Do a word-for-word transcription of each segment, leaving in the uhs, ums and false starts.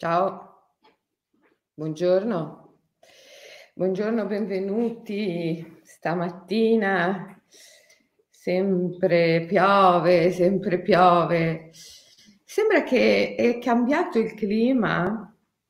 Ciao, buongiorno. Buongiorno, benvenuti. Stamattina sempre piove, sempre piove. Sembra che è cambiato il clima.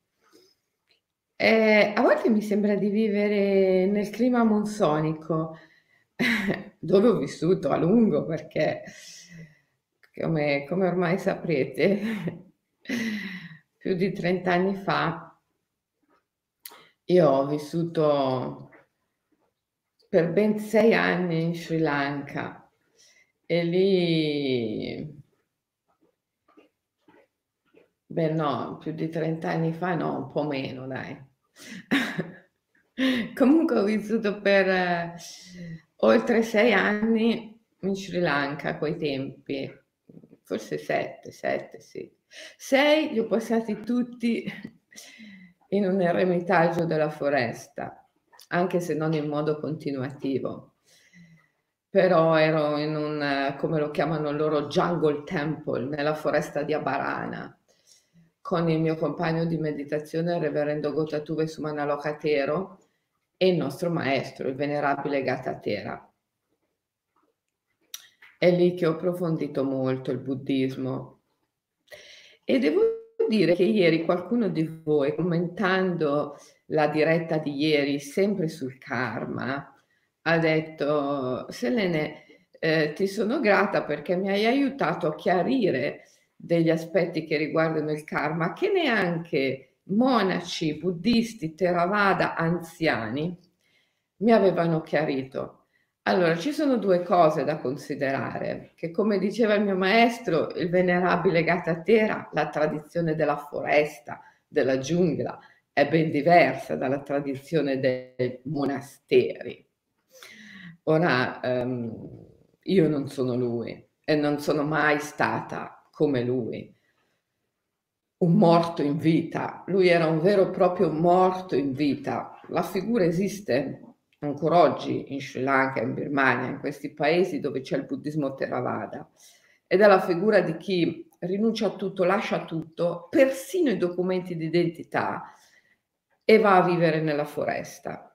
Eh, a volte mi sembra di vivere nel clima monsonico, dove ho vissuto a lungo perché, come, come ormai saprete, più di trenta anni fa io ho vissuto per ben sei anni in Sri Lanka e lì, beh no, più di trenta anni fa no, un po' meno dai. Comunque ho vissuto per eh, oltre sei anni in Sri Lanka a quei tempi, forse sette, sette sì. Sei li ho passati tutti in un eremitaggio della foresta, anche se non in modo continuativo. Però ero in un, eh, come lo chiamano loro, jungle temple, nella foresta di Abarana, con il mio compagno di meditazione, il reverendo Gotatuve Sumanalokatero, e il nostro maestro, il venerabile Gatatera. È lì che ho approfondito molto il buddismo. E devo dire che ieri qualcuno di voi, commentando la diretta di ieri, sempre sul karma, ha detto: Selene, eh, ti sono grata perché mi hai aiutato a chiarire degli aspetti che riguardano il karma che neanche monaci, buddisti, Theravada, anziani mi avevano chiarito. Allora, ci sono due cose da considerare, che come diceva il mio maestro, il venerabile Gatatera, la tradizione della foresta, della giungla, è ben diversa dalla tradizione dei monasteri. Ora, ehm, io non sono lui e non sono mai stata come lui, un morto in vita. Lui era un vero e proprio morto in vita. La figura esiste ancora oggi in Sri Lanka, in Birmania, in questi paesi dove c'è il buddismo Theravada. Ed è la figura di chi rinuncia a tutto, lascia tutto, persino i documenti di identità, e va a vivere nella foresta.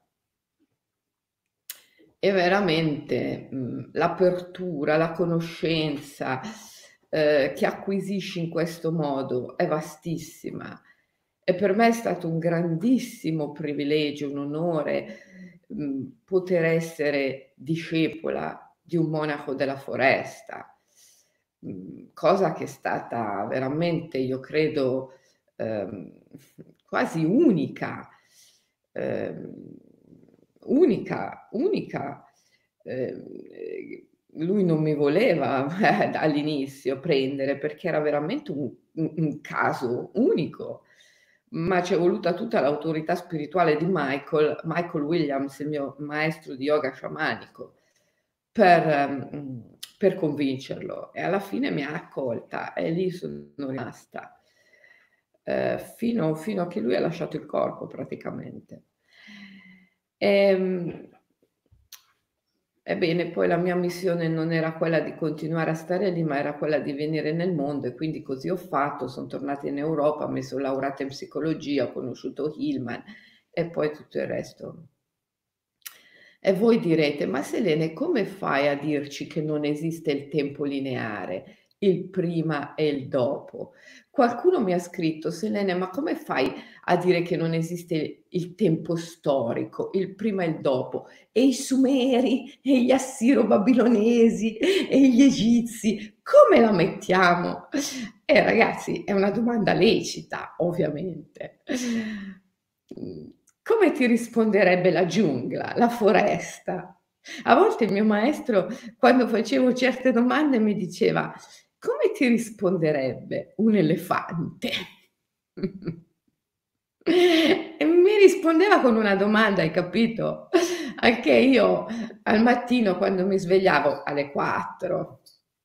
E veramente mh, l'apertura, la conoscenza eh, che acquisisci in questo modo è vastissima. E per me è stato un grandissimo privilegio, un onore mh, poter essere discepola di un monaco della foresta, mh, cosa che è stata veramente, io credo, ehm, quasi unica, ehm, unica, unica. Eh, lui non mi voleva eh, all'inizio prendere perché era veramente un, un- un caso unico, ma ci è voluta tutta l'autorità spirituale di Michael, Michael Williams, il mio maestro di yoga sciamanico, per, ehm, per convincerlo, e alla fine mi ha accolta e lì sono rimasta eh, fino, fino a che lui ha lasciato il corpo praticamente. Ehm, Ebbene, poi la mia missione non era quella di continuare a stare lì, ma era quella di venire nel mondo, e quindi così ho fatto. Sono tornata in Europa, mi sono laureata in psicologia, ho conosciuto Hillman e poi tutto il resto. E voi direte: ma Selene, come fai a dirci che non esiste il tempo lineare, il prima e il dopo? Qualcuno mi ha scritto: Selene, ma come fai a dire che non esiste il tempo storico, il prima e il dopo? E i Sumeri, e gli Assiro-Babilonesi, e gli Egizi, come la mettiamo? Eh ragazzi, è una domanda lecita, ovviamente. Mm, Come ti risponderebbe la giungla, la foresta? A volte il mio maestro, quando facevo certe domande, mi diceva: come ti risponderebbe un elefante? E mi rispondeva con una domanda, hai capito? Anche io al mattino, quando mi svegliavo alle quattro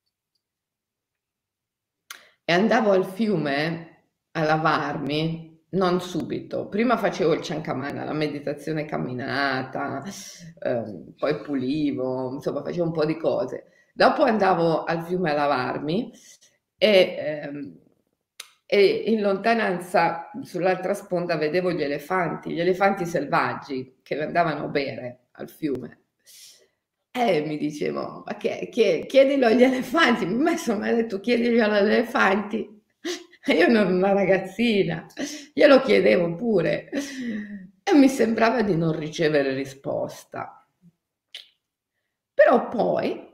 e andavo al fiume a lavarmi, non subito. Prima facevo il Chankamana, la meditazione camminata, ehm, poi pulivo, insomma facevo un po' di cose. Dopo andavo al fiume a lavarmi e ehm, e in lontananza, sull'altra sponda, vedevo gli elefanti, gli elefanti selvaggi che andavano a bere al fiume. E mi dicevo: "Ma che chie chiedilo agli elefanti", ma insomma ha detto: "Chiediglielo agli elefanti". E io ero una ragazzina, glielo chiedevo pure e mi sembrava di non ricevere risposta. Però poi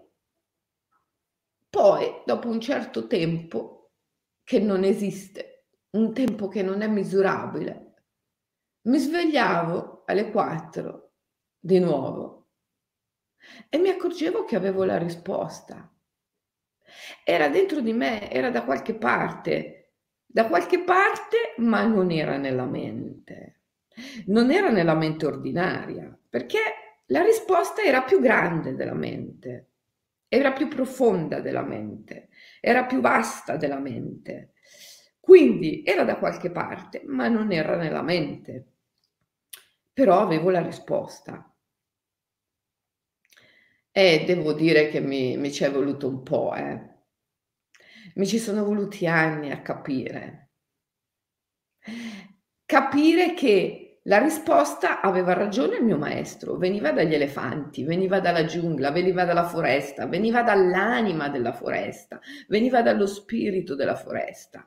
poi dopo un certo tempo, che non esiste, un tempo che non è misurabile, mi svegliavo alle quattro di nuovo e mi accorgevo che avevo la risposta. Era dentro di me, era da qualche parte, da qualche parte, ma non era nella mente. Non era nella mente ordinaria, perché la risposta era più grande della mente, era più profonda della mente, era più vasta della mente. Quindi era da qualche parte, ma non era nella mente. Però avevo la risposta. E devo dire che mi mi ci è voluto un po', eh. Mi ci sono voluti anni a capire. Capire che la risposta aveva ragione il mio maestro, veniva dagli elefanti, veniva dalla giungla, veniva dalla foresta, veniva dall'anima della foresta, veniva dallo spirito della foresta.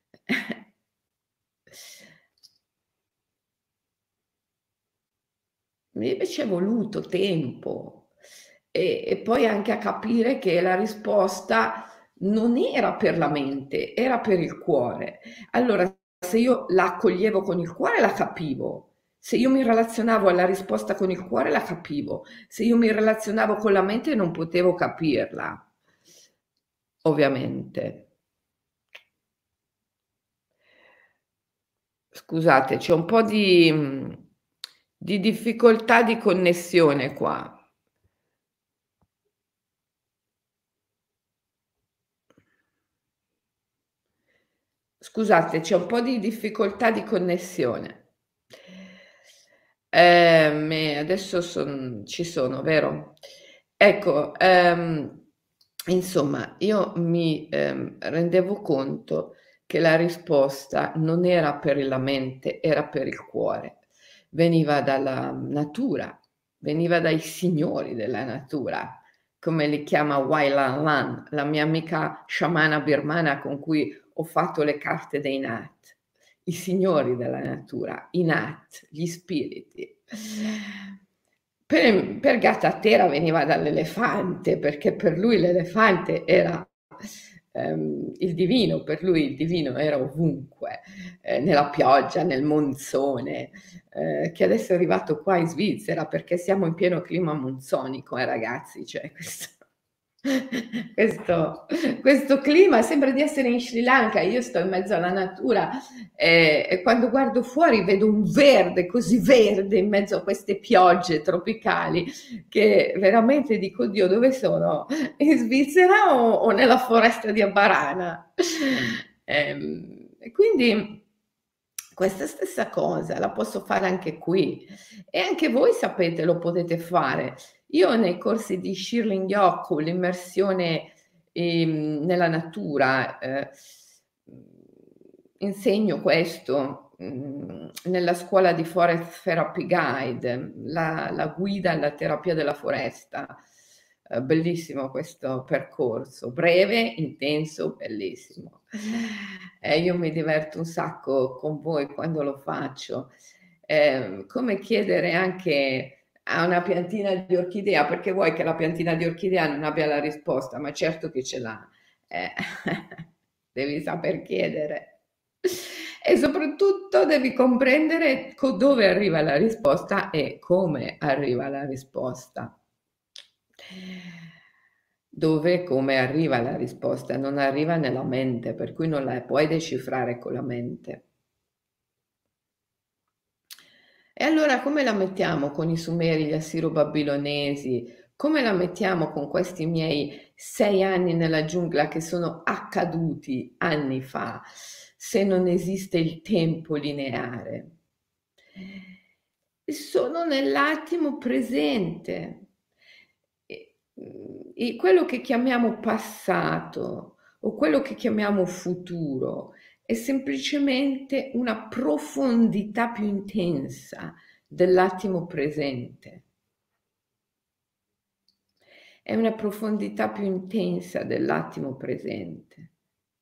Mi ci è voluto tempo e e poi anche a capire che la risposta non era per la mente, era per il cuore. Allora, se io la accoglievo con il cuore la capivo, se io mi relazionavo alla risposta con il cuore la capivo, se io mi relazionavo con la mente non potevo capirla, ovviamente. Scusate, c'è un po' di mhmm, di difficoltà di connessione qua. Scusate, c'è un po' di difficoltà di connessione. Ehm, me adesso son ci sono, vero? Ecco, ehm, insomma, io mi, ehm, rendevo conto che la risposta non era per la mente, era per il cuore. Veniva dalla natura, veniva dai signori della natura, come li chiama Wai-Lan Lan, la mia amica sciamana birmana con cui ho fatto le carte dei Nat, i signori della natura, i Nat, gli spiriti. Per per Gattaterra veniva dall'elefante, perché per lui l'elefante era, ehm, il divino, per lui il divino era ovunque, ehm, nella pioggia, nel monsone, ehm, che adesso è arrivato qua in Svizzera, perché siamo in pieno clima monsonico, eh ragazzi, cioè questo questo questo clima sembra di essere in Sri Lanka, io sto in mezzo alla natura, ehm, e quando guardo fuori vedo un verde, così verde in mezzo a queste piogge tropicali che veramente dico: "Oddio, dove sono? In Svizzera o o nella foresta di Abarana?" Ehm, e quindi questa stessa cosa la posso fare anche qui e anche voi sapete lo potete fare. Io nei corsi di Shirling Yoku, l'immersione, ehm, nella natura, ehm, mhmm, insegno questo, mhmm, nella scuola di Forest Therapy Guide, la la guida alla terapia della foresta. Ehm, bellissimo questo percorso, breve, intenso, bellissimo. E io mi diverto un sacco con voi quando lo faccio. Ehm, come chiedere anche a una piantina di orchidea, perché vuoi che la piantina di orchidea non abbia la risposta? Ma certo che ce l'ha. Eh, devi saper chiedere. E soprattutto devi comprendere co dove arriva la risposta e come arriva la risposta. Dove e come arriva la risposta, non arriva nella mente, per cui non la puoi decifrare con la mente. E allora come la mettiamo con i Sumeri, gli Assiro-Babilonesi? Come la mettiamo con questi miei sei anni nella giungla che sono accaduti anni fa, se non esiste il tempo lineare? Sono nell'attimo presente. E, mhmm, e quello che chiamiamo passato o quello che chiamiamo futuro è semplicemente una profondità più intensa dell'attimo presente. È una profondità più intensa dell'attimo presente.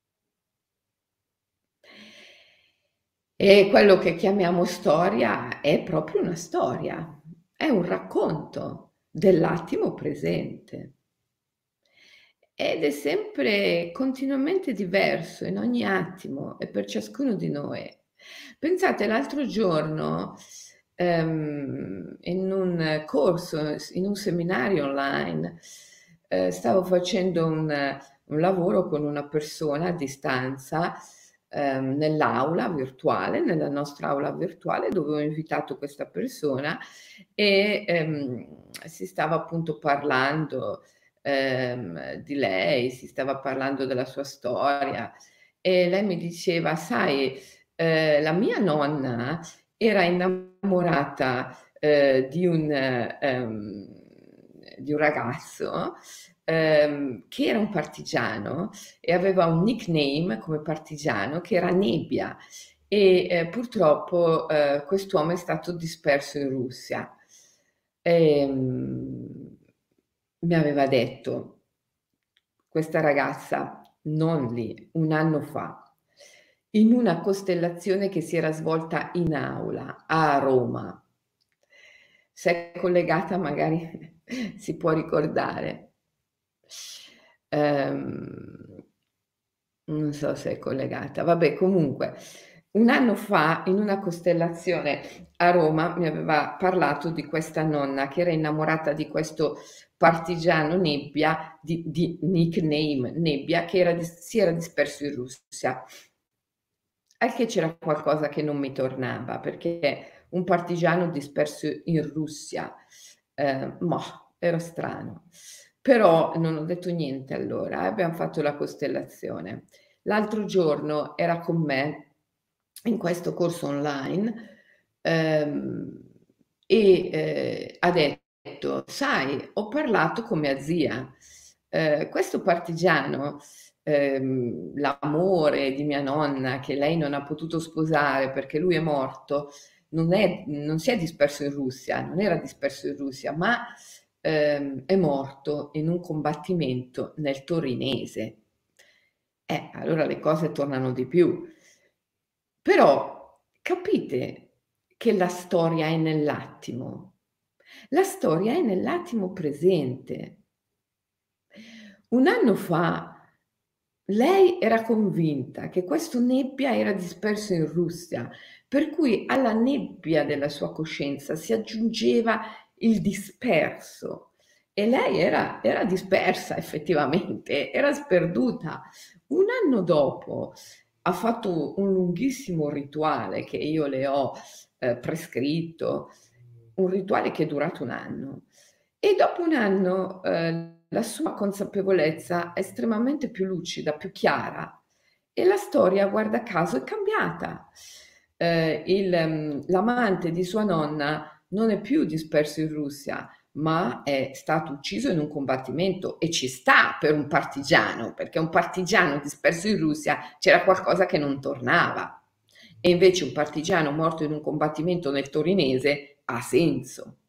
E quello che chiamiamo storia è proprio una storia, è un racconto dell'attimo presente. Ed è sempre continuamente diverso in ogni attimo e per ciascuno di noi. Pensate, l'altro giorno, ehm, in un corso, in un seminario online, eh, stavo facendo un, un lavoro con una persona a distanza, ehm, nell'aula virtuale, nella nostra aula virtuale, dove ho invitato questa persona e ehm, si stava appunto parlando ehm, di lei, si stava parlando della sua storia e lei mi diceva: "Sai, ehm, la mia nonna era innamorata, ehm, di un ehm, di un ragazzo, ehm, che era un partigiano e aveva un nickname come partigiano che era Nebbia e, ehm, purtroppo, ehm, quest'uomo è stato disperso in Russia." Ehm, mi aveva detto questa ragazza, non lì, un anno fa, in una costellazione che si era svolta in aula a Roma. Se è collegata magari si può ricordare. Ehm, non so se è collegata. Vabbè, comunque, un anno fa in una costellazione a Roma mi aveva parlato di questa nonna che era innamorata di questo partigiano Nebbia, di, di nickname Nebbia, che era, si era disperso in Russia. Al che c'era qualcosa che non mi tornava, perché un partigiano disperso in Russia, ehm, mah, era strano. Però non ho detto niente allora, eh, abbiam fatto la costellazione. L'altro giorno era con me in questo corso online, ehm, e, ehm, ha detto: "Sai, ho parlato con mia zia. Ehm, questo partigiano, ehm, l'amore di mia nonna che lei non ha potuto sposare perché lui è morto, non è non si è disperso in Russia, non era disperso in Russia, ma, ehm, è morto in un combattimento nel torinese." Eh, allora le cose tornano di più. Però capite che la storia è nell'attimo. La storia è nell'attimo presente. Un anno fa lei era convinta che questo Nebbia era disperso in Russia, per cui alla nebbia della sua coscienza si aggiungeva il disperso e lei era, era dispersa effettivamente, era sperduta. Un anno dopo ha fatto un lunghissimo rituale che io le ho eh, prescritto, un rituale che è durato un anno. E dopo un anno, ehm, la sua consapevolezza è estremamente più lucida, più chiara e la storia, guarda caso, è cambiata. Ehm, il mhmm, l'amante di sua nonna non è più disperso in Russia, ma è stato ucciso in un combattimento e ci sta per un partigiano, perché un partigiano disperso in Russia c'era qualcosa che non tornava. E invece un partigiano morto in un combattimento nel torinese ha senso.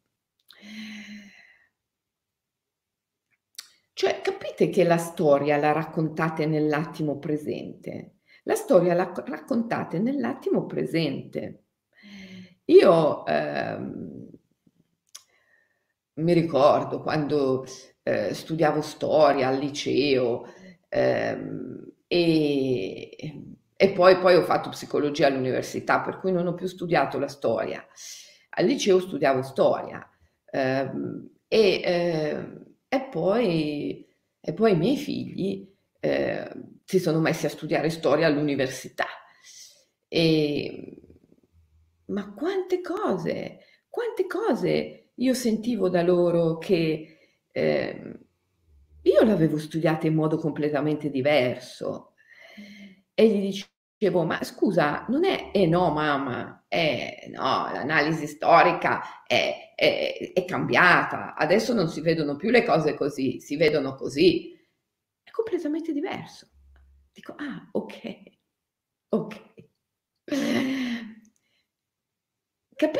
Cioè, capite che la storia la raccontate nell'attimo presente. La storia la c raccontate nell'attimo presente. Io, ehm, mi ricordo quando, ehm, studiavo storia al liceo, ehm, e e poi poi ho fatto psicologia all'università, per cui non ho più studiato la storia. Al liceo studiavo storia, ehm, e ehm, e poi e poi i miei figli, ehm, si sono messi a studiare storia all'università. Ehm, ma quante cose, quante cose io sentivo da loro che, ehm, io l'avevo studiata in modo completamente diverso. E gli dicevo: "Ma scusa, non è 'eh no mamma, eh no, l'analisi storica è è è cambiata, adesso non si vedono più le cose così, si vedono così." È completamente diverso. Dico: "Ah, okay, okay."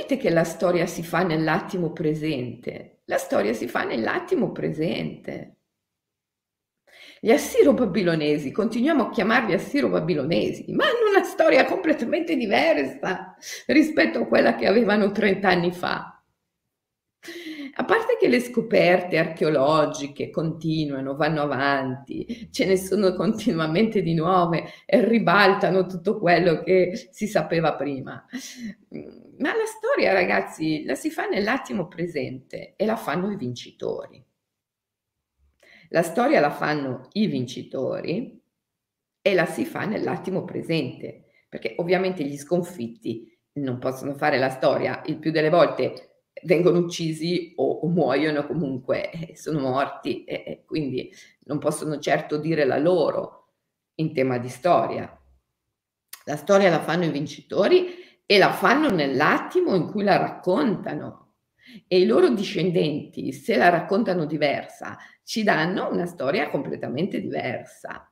niente che la storia si fa nell'attimo presente, la storia si fa nell'attimo presente. Gli assiro-babilonesi, continuiamo a chiamarli assiro-babilonesi, ma hanno una storia completamente diversa rispetto a quella che avevano trenta anni fa. A parte che le scoperte archeologiche continuano, vanno avanti, ce ne sono continuamente di nuove e ribaltano tutto quello che si sapeva prima. Ma la storia, ragazzi, la si fa nell'attimo presente e la fanno i vincitori. La storia la fanno i vincitori e la si fa nell'attimo presente, perché ovviamente gli sconfitti non possono fare la storia, il più delle volte vengono uccisi o, o muoiono comunque, eh, sono morti e, e quindi non possono certo dire la loro in tema di storia. La storia la fanno i vincitori e la fanno nell'attimo in cui la raccontano. E i loro discendenti, se la raccontano diversa, ci danno una storia completamente diversa.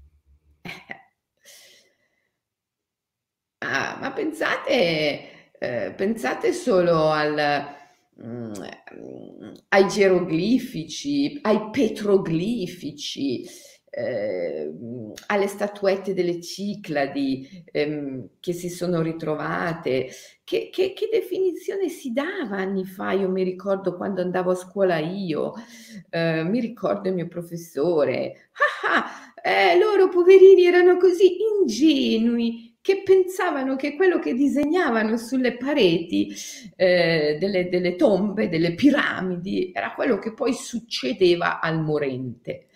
Ah, ma pensate, eh, pensate solo al, mm, mm, ai geroglifici, ai petroglifici, eh, mm, alle statuette delle Cicladi ehm, che si sono ritrovate. Che, che- che definizione si dava anni fa? Io mi ricordo quando andavo a scuola io, eh, mi ricordo il mio professore. Ah, ah, eh, loro poverini erano così ingenui che pensavano che quello che disegnavano sulle pareti eh, delle, delle tombe, delle piramidi, era quello che poi succedeva al morente.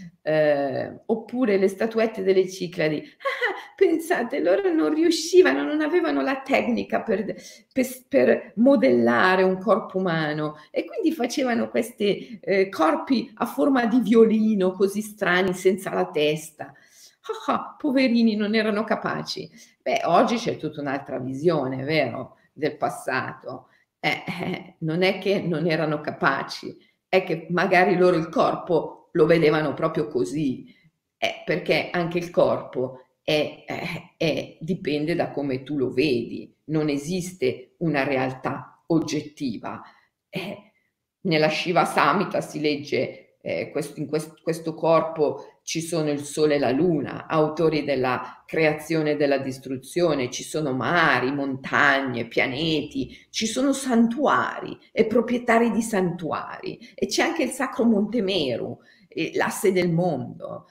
Eh, oppure le statuette delle Cicladi. Ah, pensate, loro non riuscivano, non avevano la tecnica per, per, per modellare un corpo umano e quindi facevano questi eh, corpi a forma di violino così strani senza la testa. Ah, ah, poverini, non erano capaci. Beh, oggi c'è tutta un'altra visione, vero, del passato. Eh, eh, non è che non erano capaci, è che magari loro il corpo lo vedevano proprio così, eh, perché anche il corpo è, è- è- dipende da come tu lo vedi, non esiste una realtà oggettiva. Eh, nella Shiva Samhita si legge eh, questo, in quest- questo corpo ci sono il sole e la luna, autori della creazione e della distruzione, ci sono mari, montagne, pianeti, ci sono santuari e proprietari di santuari e c'è anche il Sacro Monte Meru, eh, l'asse del mondo.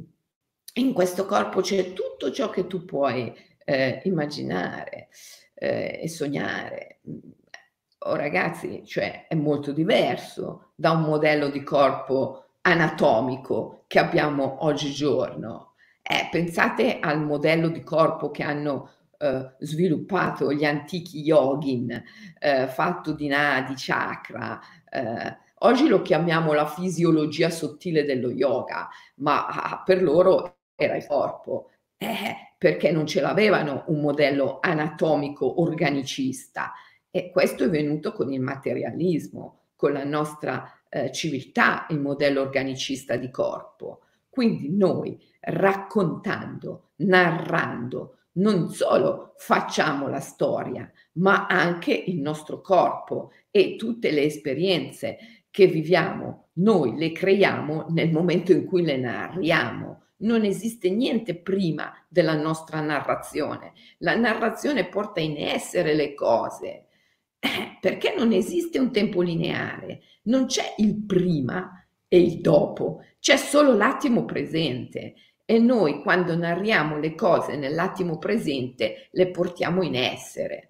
In questo corpo c'è tutto ciò che tu puoi eh, immaginare eh, e sognare. Oh, ragazzi, cioè è molto diverso da un modello di corpo anatomico che abbiamo oggigiorno. Eh, pensate al modello di corpo che hanno eh, sviluppato gli antichi yogin, eh, fatto di nadi, chakra. Eh, oggi lo chiamiamo la fisiologia sottile dello yoga, ma ah, per loro era il corpo. Eh, perché non ce l'avevano un modello anatomico organicista. E questo è venuto con il materialismo, con la nostra eh, civiltà, il modello organicista di corpo. Quindi noi raccontando, narrando, non solo facciamo la storia, ma anche il nostro corpo e tutte le esperienze che viviamo, noi le creiamo nel momento in cui le narriamo. Non esiste niente prima della nostra narrazione. La narrazione porta in essere le cose, eh, perché non esiste un tempo lineare, non c'è il prima e il dopo, c'è solo l'attimo presente e noi quando narriamo le cose nell'attimo presente le portiamo in essere.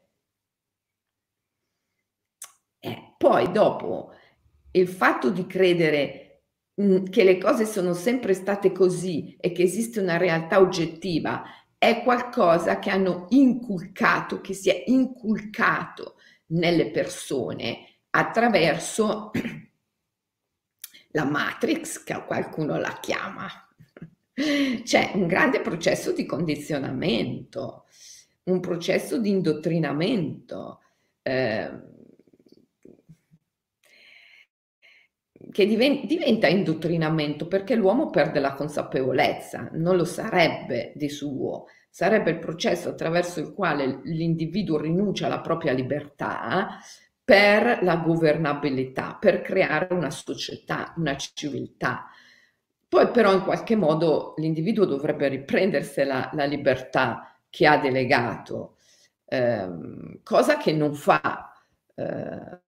Eh, poi dopo il fatto di credere mh, che le cose sono sempre state così e che esiste una realtà oggettiva è qualcosa che hanno inculcato, che si è inculcato nelle persone attraverso la Matrix, che qualcuno la chiama. C'è un grande processo di condizionamento, un processo di indottrinamento. Eh, che diven diventa indottrinamento perché l'uomo perde la consapevolezza, non lo sarebbe di suo. Sarebbe il processo attraverso il quale l'individuo rinuncia alla propria libertà per la governabilità, per creare una società, una civiltà. Poi però in qualche modo l'individuo dovrebbe riprendersela la libertà che ha delegato, ehm, cosa che non fa. Ehm,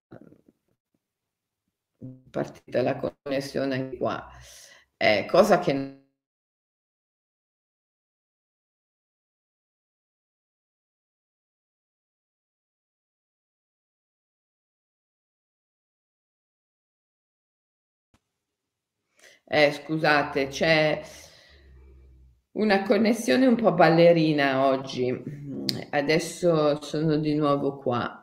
partita la connessione qua. Eh, cosa che eh, scusate, c'è una connessione un po' ballerina oggi. Mhmm, adesso sono di nuovo qua.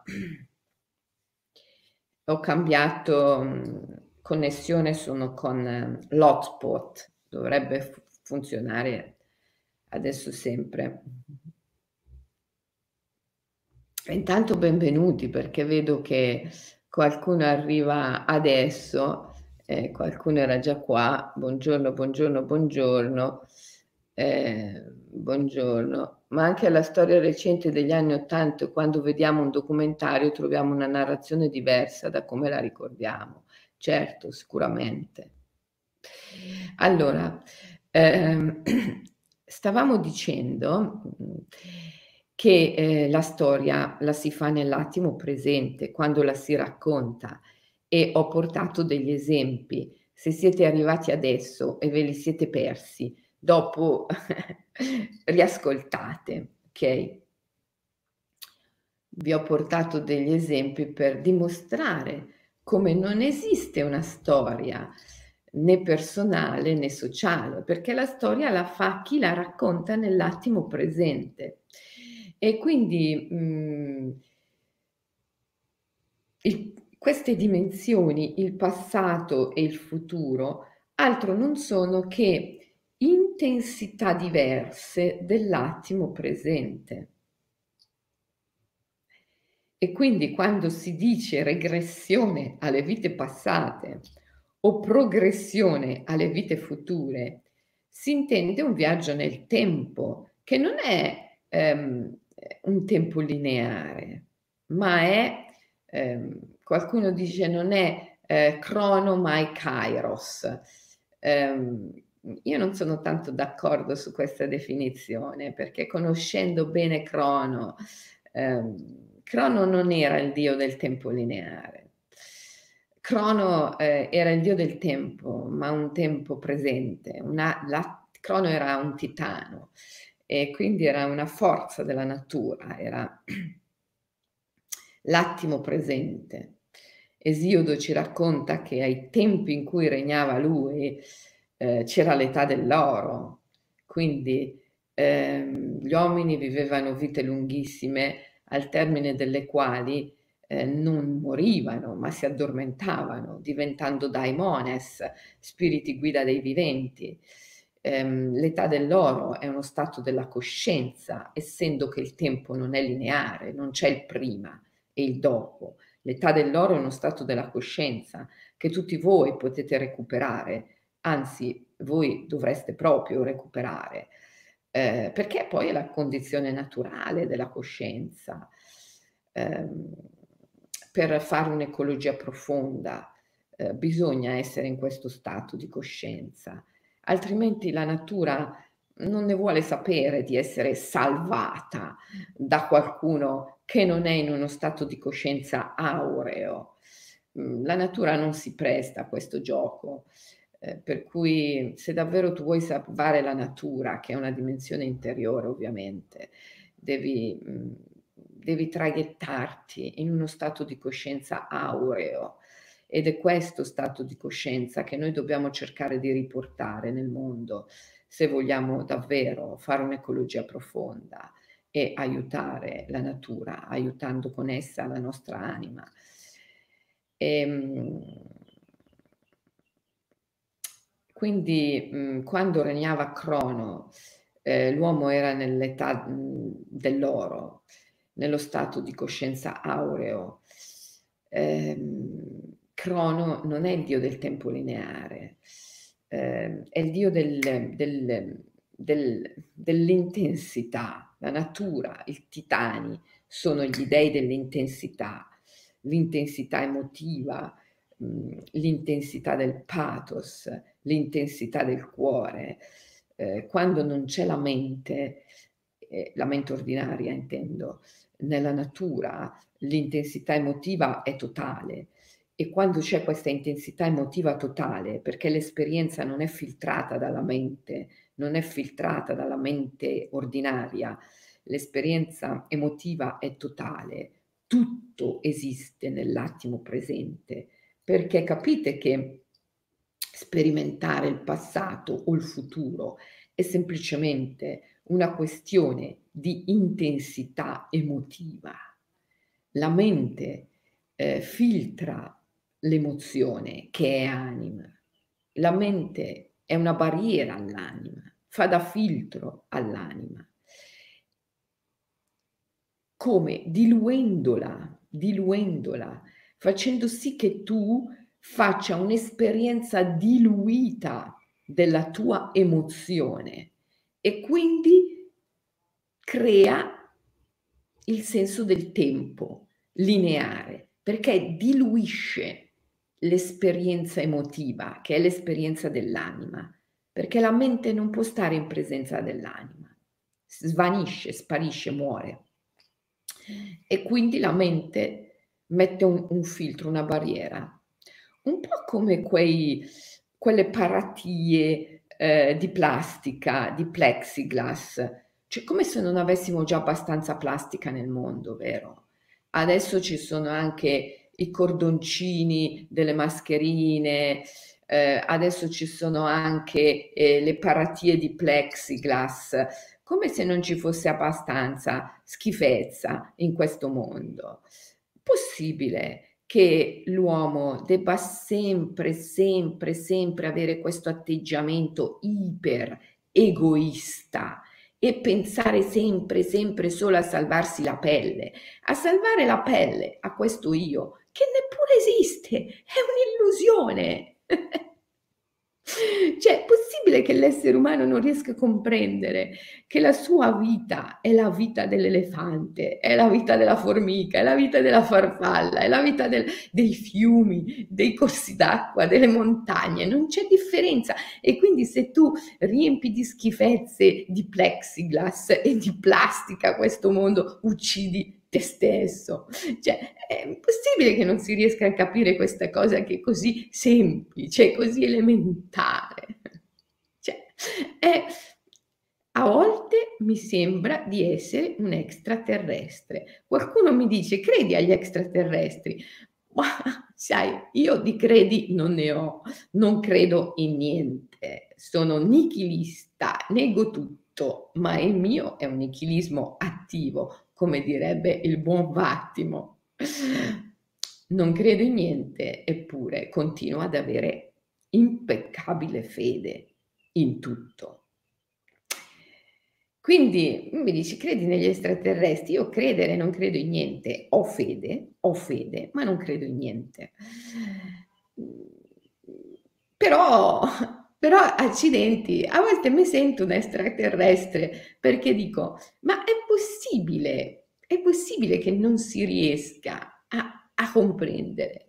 Ho cambiato, mhmm, connessione, sono con l'hotspot, dovrebbe f funzionare adesso sempre. E intanto benvenuti, perché vedo che qualcuno arriva adesso, e qualcuno era già qua. Buongiorno, buongiorno, buongiorno. Ehm, buongiorno. Ma anche alla storia recente degli anni 'ottanta, quando vediamo un documentario, troviamo una narrazione diversa da come la ricordiamo. Certo, sicuramente. Allora, ehm, stavamo dicendo, mhmm, che, ehm, la storia la si fa nell'attimo presente, quando la si racconta, e ho portato degli esempi. Se siete arrivati adesso e ve li siete persi, dopo riascoltate, okay? Vi ho portato degli esempi per dimostrare come non esiste una storia né personale né sociale, perché la storia la fa chi la racconta nell'attimo presente. E quindi, mhmm il queste dimensioni, il passato e il futuro, altro non sono che intensità diverse dell'attimo presente. E quindi quando si dice regressione alle vite passate o progressione alle vite future, si intende un viaggio nel tempo che non è, ehm, un tempo lineare, ma è, ehm, qualcuno dice non è, ehm, crono ma è kairos. Ehm, io non sono tanto d'accordo su questa definizione, perché conoscendo bene Crono, ehm, Crono non era il dio del tempo lineare. Crono, ehm, era il dio del tempo, ma un tempo presente, una la Crono era un titano e quindi era una forza della natura, era l'attimo presente. Esiodo ci racconta che ai tempi in cui regnava lui, ehm, c'era l'età dell'oro, quindi, ehm, gli uomini vivevano vite lunghissime al termine delle quali, ehm, non morivano, ma si addormentavano, diventando daimones, spiriti guida dei viventi. Ehm, l'età dell'oro è uno stato della coscienza, essendo che il tempo non è lineare, non c'è il prima e il dopo. L'età dell'oro è uno stato della coscienza che tutti voi potete recuperare, anzi voi dovreste proprio recuperare, ehm, perché poi è la condizione naturale della coscienza. Ehm, per fare un'ecologia profonda, ehm, bisogna essere in questo stato di coscienza, altrimenti la natura non ne vuole sapere di essere salvata da qualcuno che non è in uno stato di coscienza aureo. Mhmm, la natura non si presta a questo gioco, ehm, per cui se davvero tu vuoi salvare la natura, che è una dimensione interiore ovviamente, devi mhmm, devi traghettarti in uno stato di coscienza aureo ed è questo stato di coscienza che noi dobbiamo cercare di riportare nel mondo, se vogliamo davvero fare un'ecologia profonda e aiutare la natura, aiutando con essa la nostra anima. Ehm, quindi, mhmm, quando regnava Crono, ehm, l'uomo era nell'età, mhmm, dell'oro, nello stato di coscienza aureo. Ehm Crono non è il dio del tempo lineare, ehm, è il dio del del del dell'intensità. La natura, il Titani sono gli dei dell'intensità, l'intensità emotiva, mhmm, l'intensità del pathos, l'intensità del cuore. Ehm, quando non c'è la mente, ehm, la mente ordinaria intendo, nella natura l'intensità emotiva è totale e quando c'è questa intensità emotiva totale, perché l'esperienza non è filtrata dalla mente, non è filtrata dalla mente ordinaria, l'esperienza emotiva è totale, tutto esiste nell'attimo presente, perché capite che sperimentare il passato o il futuro è semplicemente una questione di intensità emotiva. La mente, ehm, filtra l'emozione che è anima. La mente è una barriera all'anima, fa da filtro all'anima. Come? Diluendola, diluendola, facendo sì che tu faccia un'esperienza diluita della tua emozione e quindi crea il senso del tempo lineare, perché diluisce l'esperienza emotiva, che è l'esperienza dell'anima, perché la mente non può stare in presenza dell'anima, svanisce, sparisce, muore. E quindi la mente mette un un filtro, una barriera. Un po' come quei quelle paratie, ehm, di plastica, di plexiglass, cioè come se non avessimo già abbastanza plastica nel mondo, vero? Adesso ci sono anche i cordoncini delle mascherine, ehm, adesso ci sono anche, ehm, le paratie di plexiglass, come se non ci fosse abbastanza schifezza in questo mondo. Possibile che l'uomo debba sempre, sempre, sempre avere questo atteggiamento iper egoista e pensare sempre, sempre solo a salvarsi la pelle, a salvare la pelle a questo io che neppure esiste, è un'illusione. Cioè, è possibile che l'essere umano non riesca a comprendere che la sua vita è la vita dell'elefante, è la vita della formica, è la vita della farfalla, è la vita del dei fiumi, dei corsi d'acqua, delle montagne, non c'è differenza. E quindi se tu riempi di schifezze, di plexiglass e di plastica questo mondo, uccidi te stesso. Cioè, è impossibile che non si riesca a capire questa cosa che è così semplice, così elementare. Cioè, è a volte mi sembra di essere un extraterrestre. Qualcuno mi dice: "Credi agli extraterrestri?" Mah, sai, io di credi non ne ho, non credo in niente, sono nichilista, nego tutto, ma il mio è un nichilismo attivo, come direbbe il buon Vattimo. Non credo in niente, eppure continuo ad avere impeccabile fede in tutto. Quindi mi dici: "Credi negli extraterrestri?" Io credere non credo in niente, ho fede, ho fede, ma non credo in niente. Mhmm, però però accidenti, a volte mi sento un extraterrestre perché dico: "Ma è possibile è possibile che non si riesca a a comprendere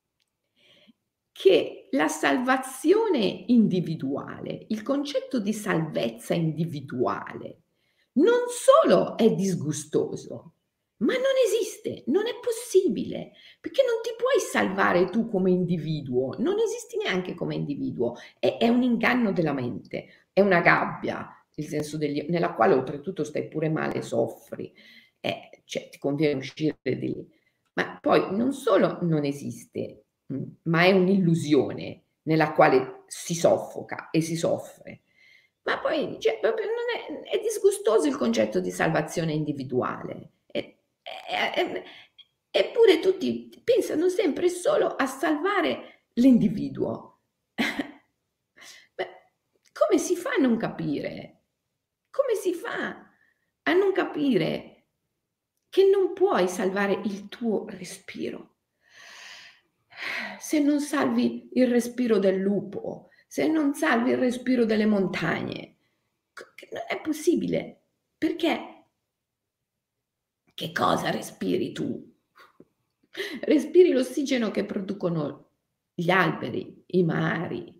che la salvazione individuale, il concetto di salvezza individuale, non solo è disgustoso, ma non esiste, non è possibile, perché non ti puoi salvare tu come individuo, non esisti neanche come individuo, è è un inganno della mente, è una gabbia, il senso degli nella quale oltretutto stai pure male, soffri, eh, cioè ti conviene uscire di lì. Ma poi non solo non esiste, mhmm, ma è un'illusione nella quale si soffoca e si soffre. Ma poi, cioè, proprio non è è disgustoso il concetto di salvazione individuale. E e ehm, eppure tutti pensano sempre solo a salvare l'individuo. Beh, come si fa a non capire? Come si fa a non capire che non puoi salvare il tuo respiro? Se non salvi il respiro del lupo, se non salvi il respiro delle montagne, c che non è possibile. Perché che cosa respiri tu? Respiri l'ossigeno che producono gli alberi, i mari.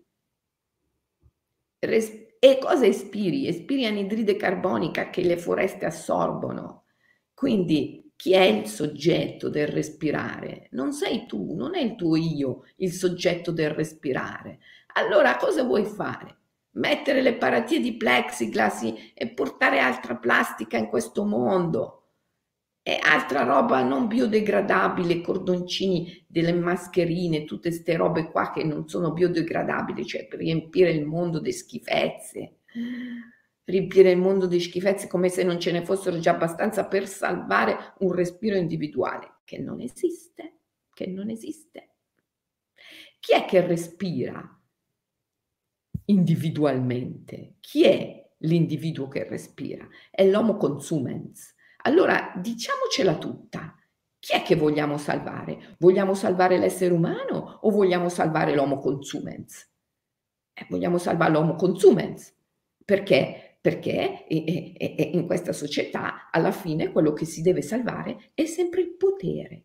Res e cosa espiri? Espiri anidride carbonica che le foreste assorbono. Quindi chi è il soggetto del respirare? Non sei tu, non è il tuo io il soggetto del respirare. Allora cosa vuoi fare? Mettere le paratie di plexiglass e portare altra plastica in questo mondo? E altra roba non biodegradabile, cordoncini delle mascherine, tutte ste robe qua che non sono biodegradabili, cioè per riempire il mondo di schifezze. Riempire il mondo di schifezze come se non ce ne fossero già abbastanza per salvare un respiro individuale, che non esiste, che non esiste. Chi è che respira individualmente? Chi è l'individuo che respira? È l'homo consumens. Allora diciamocela tutta. Chi è che vogliamo salvare? Vogliamo salvare l'essere umano o vogliamo salvare l'homo consumens? Eh, vogliamo salvare l'homo consumens. Perché? Perché e e e e in questa società alla fine quello che si deve salvare è sempre il potere.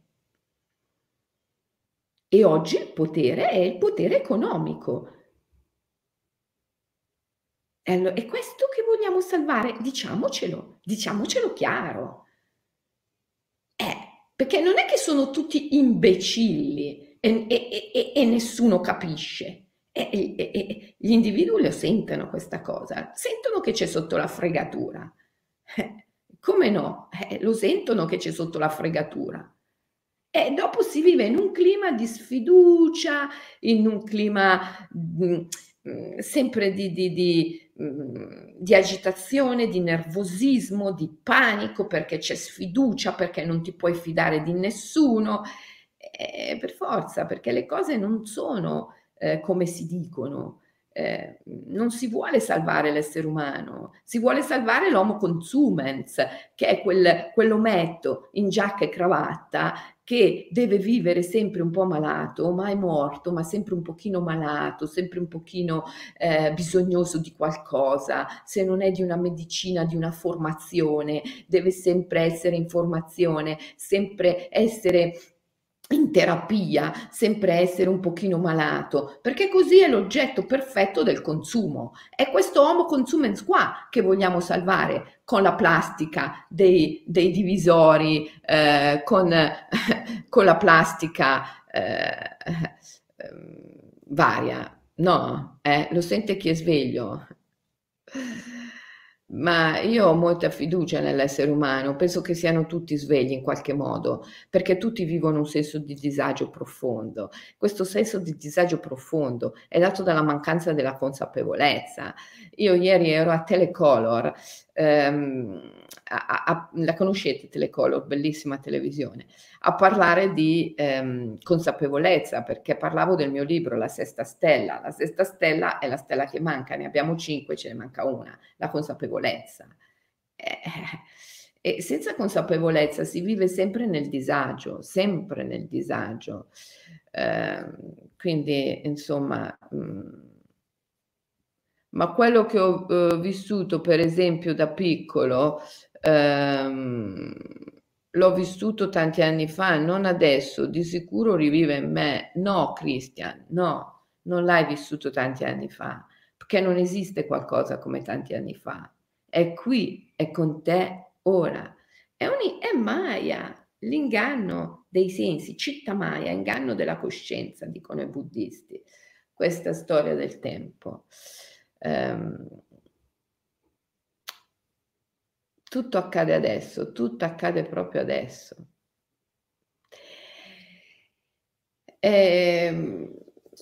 E oggi il potere è il potere economico. E allo è questo che vogliamo salvare? Diciamocelo, diciamocelo chiaro. Eh, perché non è che sono tutti imbecilli e e e e nessuno capisce. E e e e gli individui lo sentono questa cosa, sentono che c'è sotto la fregatura. Eh, come no? Eh, lo sentono che c'è sotto la fregatura. E dopo si vive in un clima di sfiducia, in un clima, mhmm, mhmm, sempre di di di mhmm, di agitazione, di nervosismo, di panico, perché c'è sfiducia, perché non ti puoi fidare di nessuno. Eh, per forza, perché le cose non sono, ehm, come si dicono. Ehm, non si vuole salvare l'essere umano, si vuole salvare l'homo consumens, che è quel quell'ometto in giacca e cravatta che deve vivere sempre un po' malato, mai morto, ma sempre un pochino malato, sempre un pochino, ehm, bisognoso di qualcosa, se non è di una medicina, di una formazione, deve sempre essere in formazione, sempre essere in terapia, sempre essere un pochino malato, perché così è l'oggetto perfetto del consumo. È questo homo consumens qua che vogliamo salvare con la plastica dei dei divisori, ehm, con con la plastica, ehm, ehm, varia. No, eh, lo sente chi è sveglio. Ma io ho molta fiducia nell'essere umano, penso che siano tutti svegli in qualche modo, perché tutti vivono un senso di disagio profondo. Questo senso di disagio profondo è dato dalla mancanza della consapevolezza. Io ieri ero a Telecolor, ehm, a a a la conoscete Telecolor? Bellissima televisione, a parlare di, ehm, consapevolezza, perché parlavo del mio libro La sesta stella. La sesta stella è la stella che manca, ne abbiamo cinque, ce ne manca una, la consapevolezza. Eh, eh, e senza consapevolezza si vive sempre nel disagio, sempre nel disagio. Ehm, quindi insomma, mhmm ma quello che ho, uhm, vissuto per esempio da piccolo, ehm, l'ho vissuto tanti anni fa, non adesso, di sicuro rivive in me. No Christian, no, non l'hai vissuto tanti anni fa, perché non esiste qualcosa come tanti anni fa. È qui, è con te ora. È un è Maya, l'inganno dei sensi, Citta Maya, inganno della coscienza, dicono i buddisti. Questa storia del tempo. Ehm tutto accade adesso, tutto accade proprio adesso. Ehm,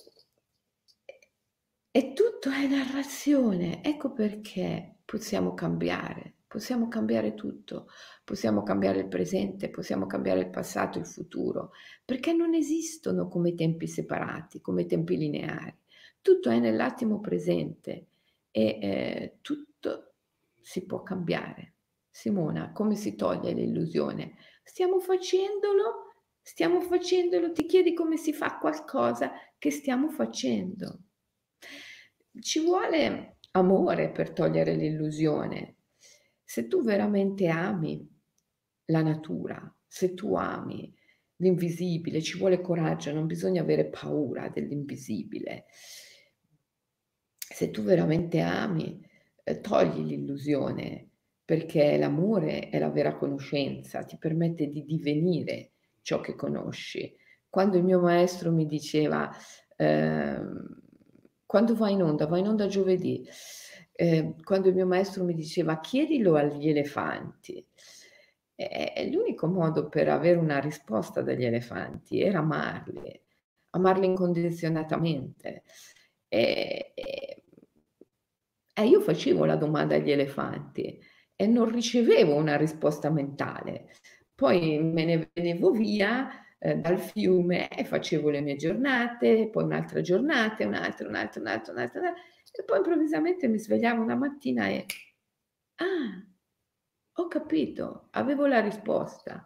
e tutto è narrazione. Ecco perché possiamo cambiare, possiamo cambiare tutto, possiamo cambiare il presente, possiamo cambiare il passato, il futuro, perché non esistono come tempi separati, come tempi lineari. Tutto è nell'attimo presente e, ehm, tutto si può cambiare. Simona, come si toglie l'illusione? Stiamo facendolo Stiamo facendolo, ti chiedi come si fa qualcosa che stiamo facendo. Ci vuole amore per togliere l'illusione. Se tu veramente ami la natura, se tu ami l'invisibile, ci vuole coraggio, non bisogna avere paura dell'invisibile. Se tu veramente ami, ehm, togli l'illusione, perché l'amore è la vera conoscenza, ti permette di divenire ciò che conosci. Quando il mio maestro mi diceva, ehm: "Quando vai in onda?" "Vai in onda giovedì." Ehm, quando il mio maestro mi diceva: "Chiedilo agli elefanti." E e l'unico modo per avere una risposta dagli elefanti era amarli, amarli incondizionatamente. E e e io facevo la domanda agli elefanti e non ricevevo una risposta mentale. Poi me ne venevo via, ehm, dal fiume e facevo le mie giornate, poi un'altra giornata e un'altra, un'altra, un'altra, un'altra, una e poi improvvisamente mi svegliavo una mattina e: "Ah, ho capito, avevo la risposta."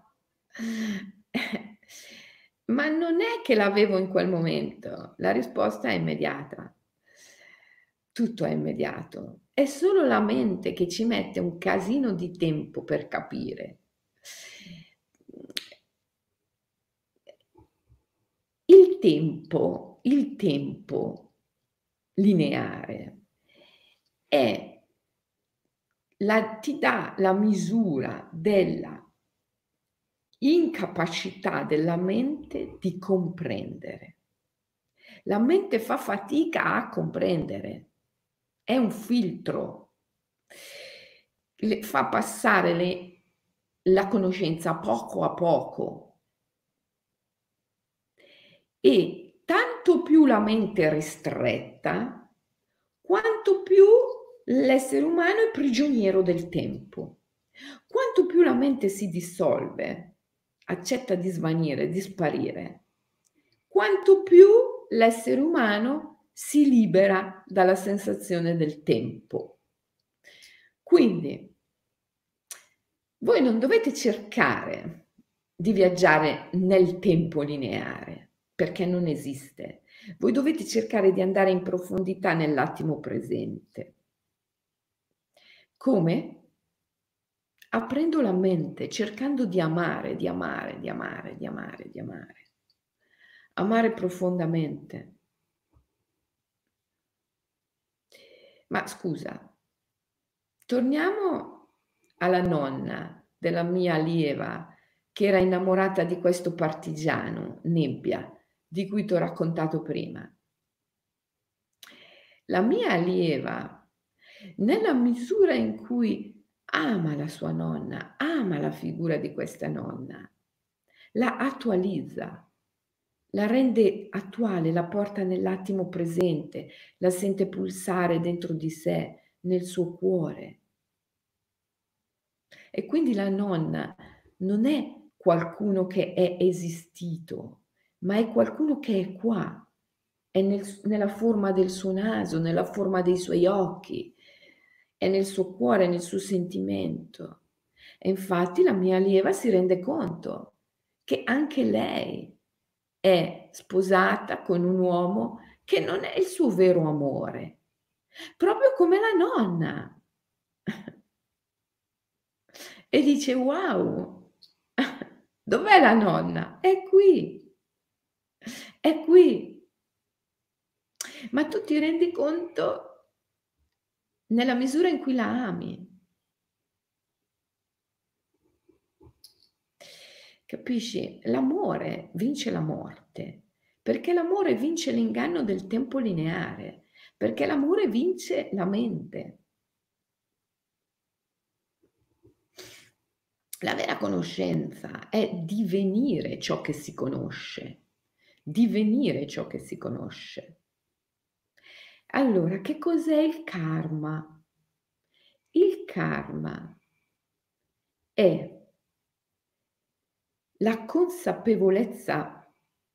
Ma non è che l'avevo in quel momento, la risposta è immediata. Tutto è immediato. È solo la mente che ci mette un casino di tempo per capire. Il tempo il tempo lineare è la ti dà la misura della incapacità della mente di comprendere. La mente fa fatica a comprendere, è un filtro. Le fa passare le la conoscenza poco a poco. E tanto più la mente è ristretta, quanto più l'essere umano è prigioniero del tempo. Quanto più la mente si dissolve, accetta di svanire, di sparire, quanto più l'essere umano si libera dalla sensazione del tempo. Quindi voi non dovete cercare di viaggiare nel tempo lineare, perché non esiste. Voi dovete cercare di andare in profondità nell'attimo presente. Come? Aprendo la mente, cercando di amare, di amare, di amare, di amare, di amare. Amare profondamente. Ma scusa, torniamo alla nonna della mia allieva che era innamorata di questo partigiano, Nebbia, di cui t'ho raccontato prima. La mia allieva, nella misura in cui ama la sua nonna, ama la figura di questa nonna, la attualizza, la rende attuale, la porta nell'attimo presente, la sente pulsare dentro di sé, nel suo cuore. E quindi la nonna non è qualcuno che è esistito, ma è qualcuno che è qua, è nel s nella forma del suo naso, nella forma dei suoi occhi, è nel suo cuore, nel suo sentimento. E infatti la mia allieva si rende conto che anche lei è sposata con un uomo che non è il suo vero amore, proprio come la nonna. E dice: "Wow, dov'è la nonna?" "È qui, è qui." Ma tu ti rendi conto nella misura in cui la ami. Capisci? L'amore vince la morte, perché l'amore vince l'inganno del tempo lineare, perché l'amore vince la mente. La vera conoscenza è divenire ciò che si conosce, divenire ciò che si conosce. Allora, che cos'è il karma? Il karma è la consapevolezza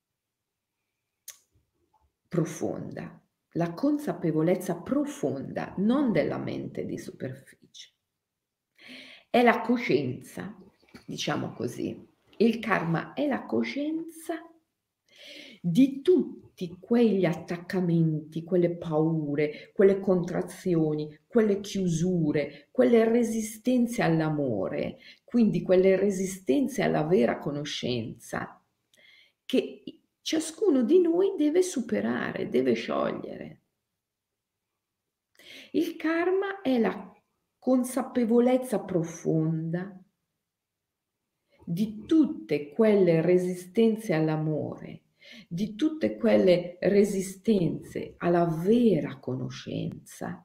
profonda, la consapevolezza profonda, non della mente di superficie. È la coscienza, diciamo così, Il karma è la coscienza di tutti quegli attaccamenti, quelle paure, quelle contrazioni, quelle chiusure, quelle resistenze all'amore, quindi quelle resistenze alla vera conoscenza che ciascuno di noi deve superare, deve sciogliere. Il karma è la consapevolezza profonda di tutte quelle resistenze all'amore, di tutte quelle resistenze alla vera conoscenza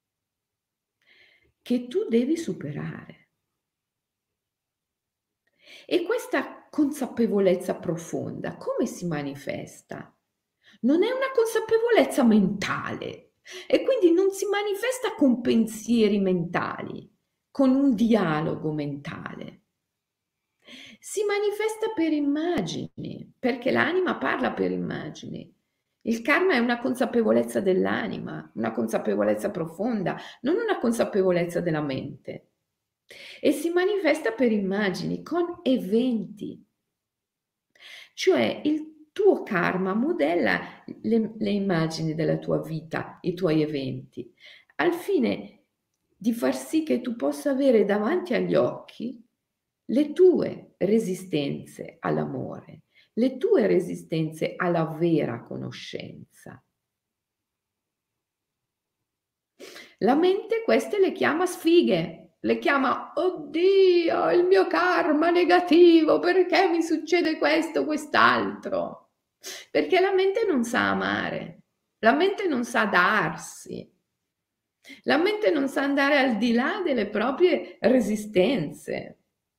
che tu devi superare. E questa consapevolezza profonda come si manifesta? Non è una consapevolezza mentale e quindi non si manifesta con pensieri mentali, con un dialogo mentale. Si manifesta per immagini, perché l'anima parla per immagini. Il karma è una consapevolezza dell'anima, una consapevolezza profonda, non una consapevolezza della mente. E si manifesta per immagini, con eventi. Cioè il tuo karma modella le, le immagini della tua vita, i tuoi eventi, al fine di far sì che tu possa avere davanti agli occhi le tue resistenze all'amore, le tue resistenze alla vera conoscenza. La mente queste le chiama sfighe, le chiama oddio, il mio karma negativo, perché mi succede questo, quest'altro? Perché la mente non sa amare, la mente non sa darsi, la mente non sa andare al di là delle proprie resistenze.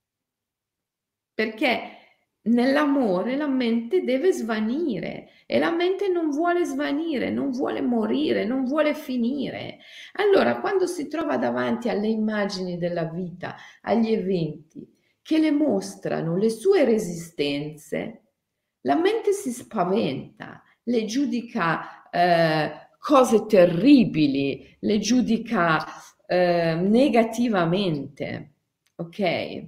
Perché nell'amore la mente deve svanire e la mente non vuole svanire, non vuole morire, non vuole finire. Allora, quando si trova davanti alle immagini della vita, agli eventi che le mostrano le sue resistenze, la mente si spaventa, le giudica eh, cose terribili, le giudica eh, negativamente, ok?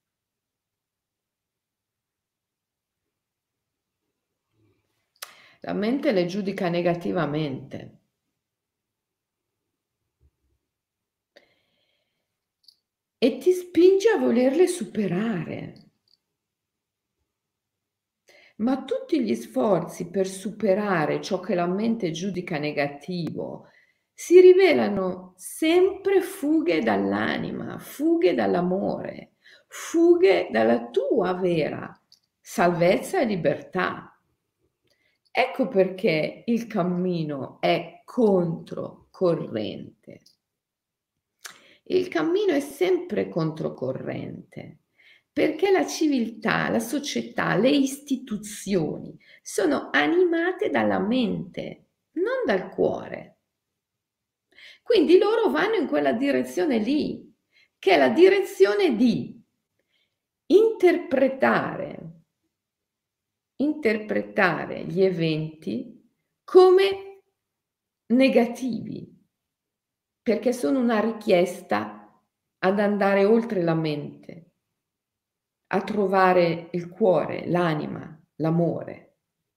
La mente le giudica negativamente. E ti spinge a volerle superare. Ma tutti gli sforzi per superare ciò che la mente giudica negativo si rivelano sempre fughe dall'anima, fughe dall'amore, fughe dalla tua vera salvezza e libertà. Ecco perché il cammino è controcorrente. Il cammino è sempre controcorrente, perché la civiltà, la società, le istituzioni sono animate dalla mente, non dal cuore. Quindi loro vanno in quella direzione lì, che è la direzione di interpretare, interpretare gli eventi come negativi, perché sono una richiesta ad andare oltre la mente, a trovare il cuore, l'anima, l'amore,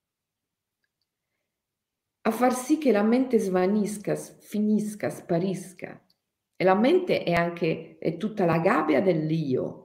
a far sì che la mente svanisca, finisca, sparisca. E la mente è anche, è tutta la gabbia dell'io,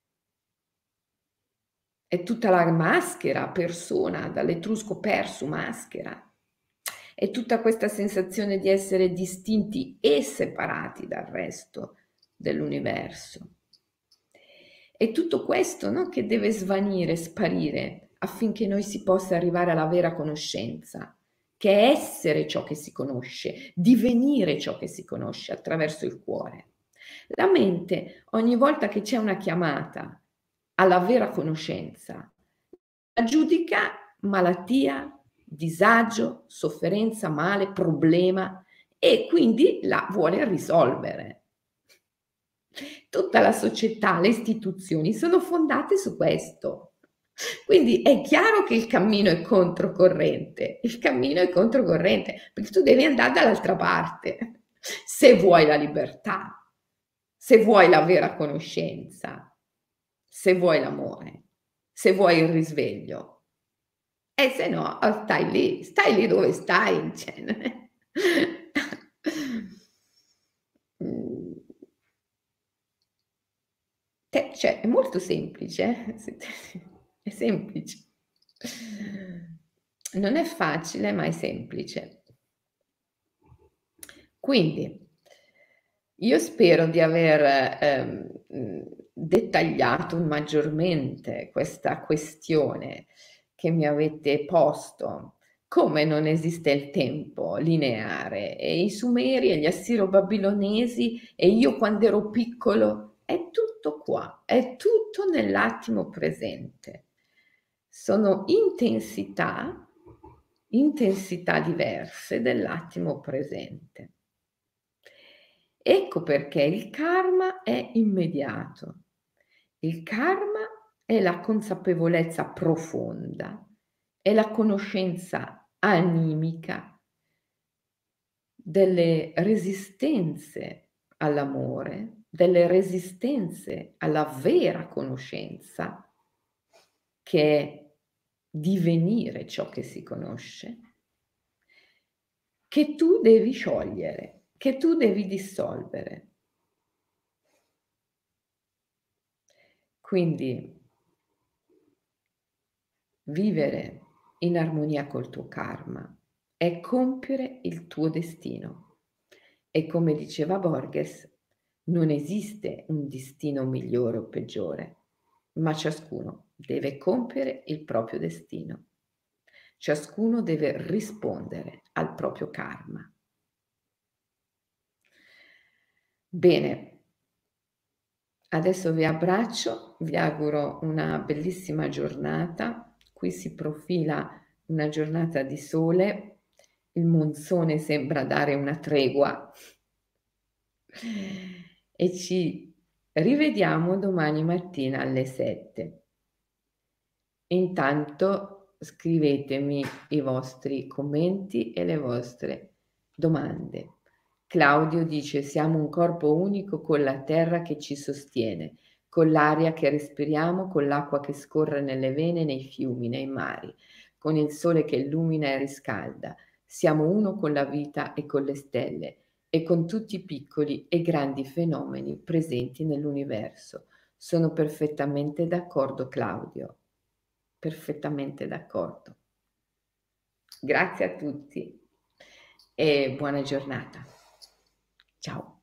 è tutta la maschera, persona, dall'etrusco persu, maschera. È tutta questa sensazione di essere distinti e separati dal resto dell'universo. È tutto questo, no, che deve svanire, sparire, affinché noi si possa arrivare alla vera conoscenza, che è essere ciò che si conosce, divenire ciò che si conosce attraverso il cuore. La mente, ogni volta che c'è una chiamata alla vera conoscenza, la giudica malattia, disagio, sofferenza, male, problema e quindi la vuole risolvere. Tutta la società, le istituzioni sono fondate su questo. Quindi è chiaro che il cammino è controcorrente, il cammino è controcorrente perché tu devi andare dall'altra parte se vuoi la libertà, se vuoi la vera conoscenza, se vuoi l'amore. se vuoi il risveglio. E se no, oh, stai lì, stai lì dove stai, cioè non è mhmm, te cioè è molto semplice, eh, se te è semplice. Non è facile, ma è semplice. Quindi, io spero di aver, ehm, mhmm, dettagliato maggiormente questa questione che mi avete posto. Come non esiste il tempo lineare e i Sumeri e gli Assiro-Babilonesi e io quand'ero piccolo, è tutto qua, è tutto nell'attimo presente. Sono intensità intensità diverse dell'attimo presente. Ecco perché il karma è immediato. Il karma è la consapevolezza profonda, è la conoscenza animica delle resistenze all'amore, delle resistenze alla vera conoscenza, che è divenire ciò che si conosce, che tu devi sciogliere, che tu devi dissolvere. Quindi vivere in armonia col tuo karma è compiere il tuo destino. E come diceva Borges, non esiste un destino migliore o peggiore, ma ciascuno deve compiere il proprio destino. Ciascuno deve rispondere al proprio karma. Bene, adesso vi abbraccio, vi auguro una bellissima giornata. Qui si profila una giornata di sole, il monsone sembra dare una tregua e ci rivediamo domani mattina alle sette. Intanto scrivetemi i vostri commenti e le vostre domande. Claudio dice: "Siamo un corpo unico con la terra che ci sostiene, con l'aria che respiriamo, con l'acqua che scorre nelle vene, nei fiumi, nei mari, con il sole che illumina e riscalda. Siamo uno con la vita e con le stelle e con tutti i piccoli e grandi fenomeni presenti nell'universo." Sono perfettamente d'accordo, Claudio, perfettamente d'accordo. Grazie a tutti e buona giornata. Ciao.